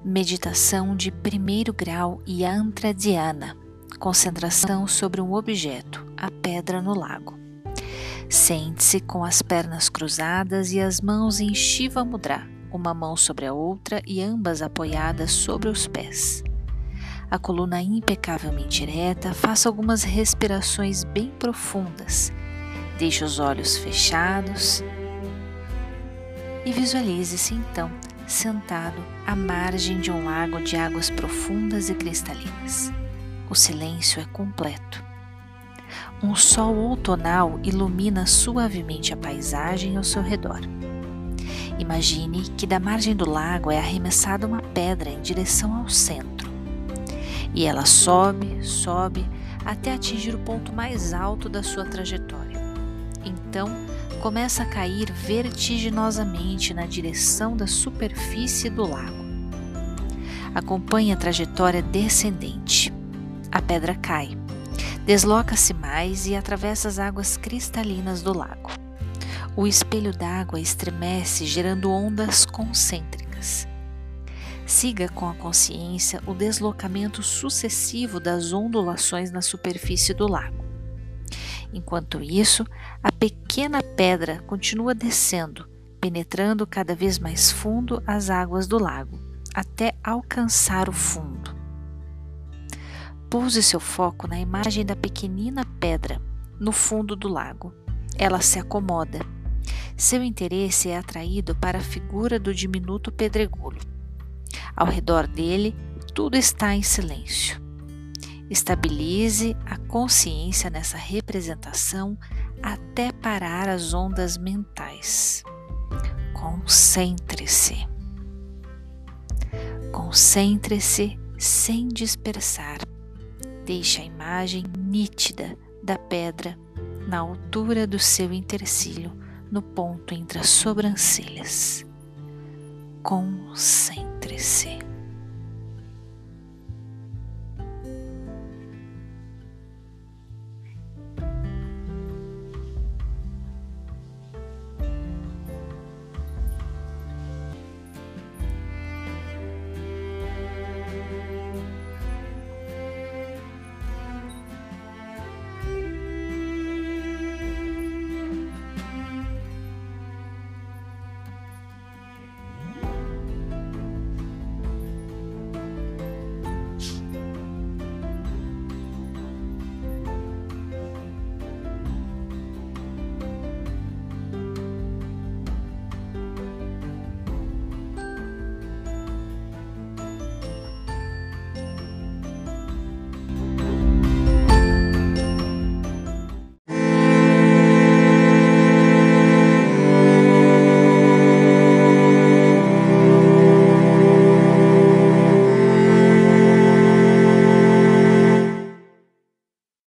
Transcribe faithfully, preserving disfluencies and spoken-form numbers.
Meditação de primeiro grau Yantra Dhyana. Concentração sobre um objeto, a pedra no lago. Sente-se com as pernas cruzadas e as mãos em Shiva Mudra, uma mão sobre a outra e ambas apoiadas sobre os pés. A coluna impecavelmente ereta, faça algumas respirações bem profundas. Deixe os olhos fechados e visualize-se então sentado à margem de um lago de águas profundas e cristalinas. O silêncio é completo. Um sol outonal ilumina suavemente a paisagem ao seu redor. Imagine que da margem do lago é arremessada uma pedra em direção ao centro. E ela sobe, sobe, até atingir o ponto mais alto da sua trajetória. Então, começa a cair vertiginosamente na direção da superfície do lago. Acompanhe a trajetória descendente. A pedra cai, desloca-se mais e atravessa as águas cristalinas do lago. O espelho d'água estremece, gerando ondas concêntricas. Siga com a consciência o deslocamento sucessivo das ondulações na superfície do lago. Enquanto isso, a pequena pedra continua descendo, penetrando cada vez mais fundo as águas do lago, até alcançar o fundo. Pouse seu foco na imagem da pequenina pedra, no fundo do lago. Ela se acomoda. Seu interesse é atraído para a figura do diminuto pedregulho. Ao redor dele, tudo está em silêncio. Estabilize a consciência nessa representação até parar as ondas mentais. Concentre-se. Concentre-se sem dispersar. Deixe a imagem nítida da pedra na altura do seu intercílio, no ponto entre as sobrancelhas. Concentre-se.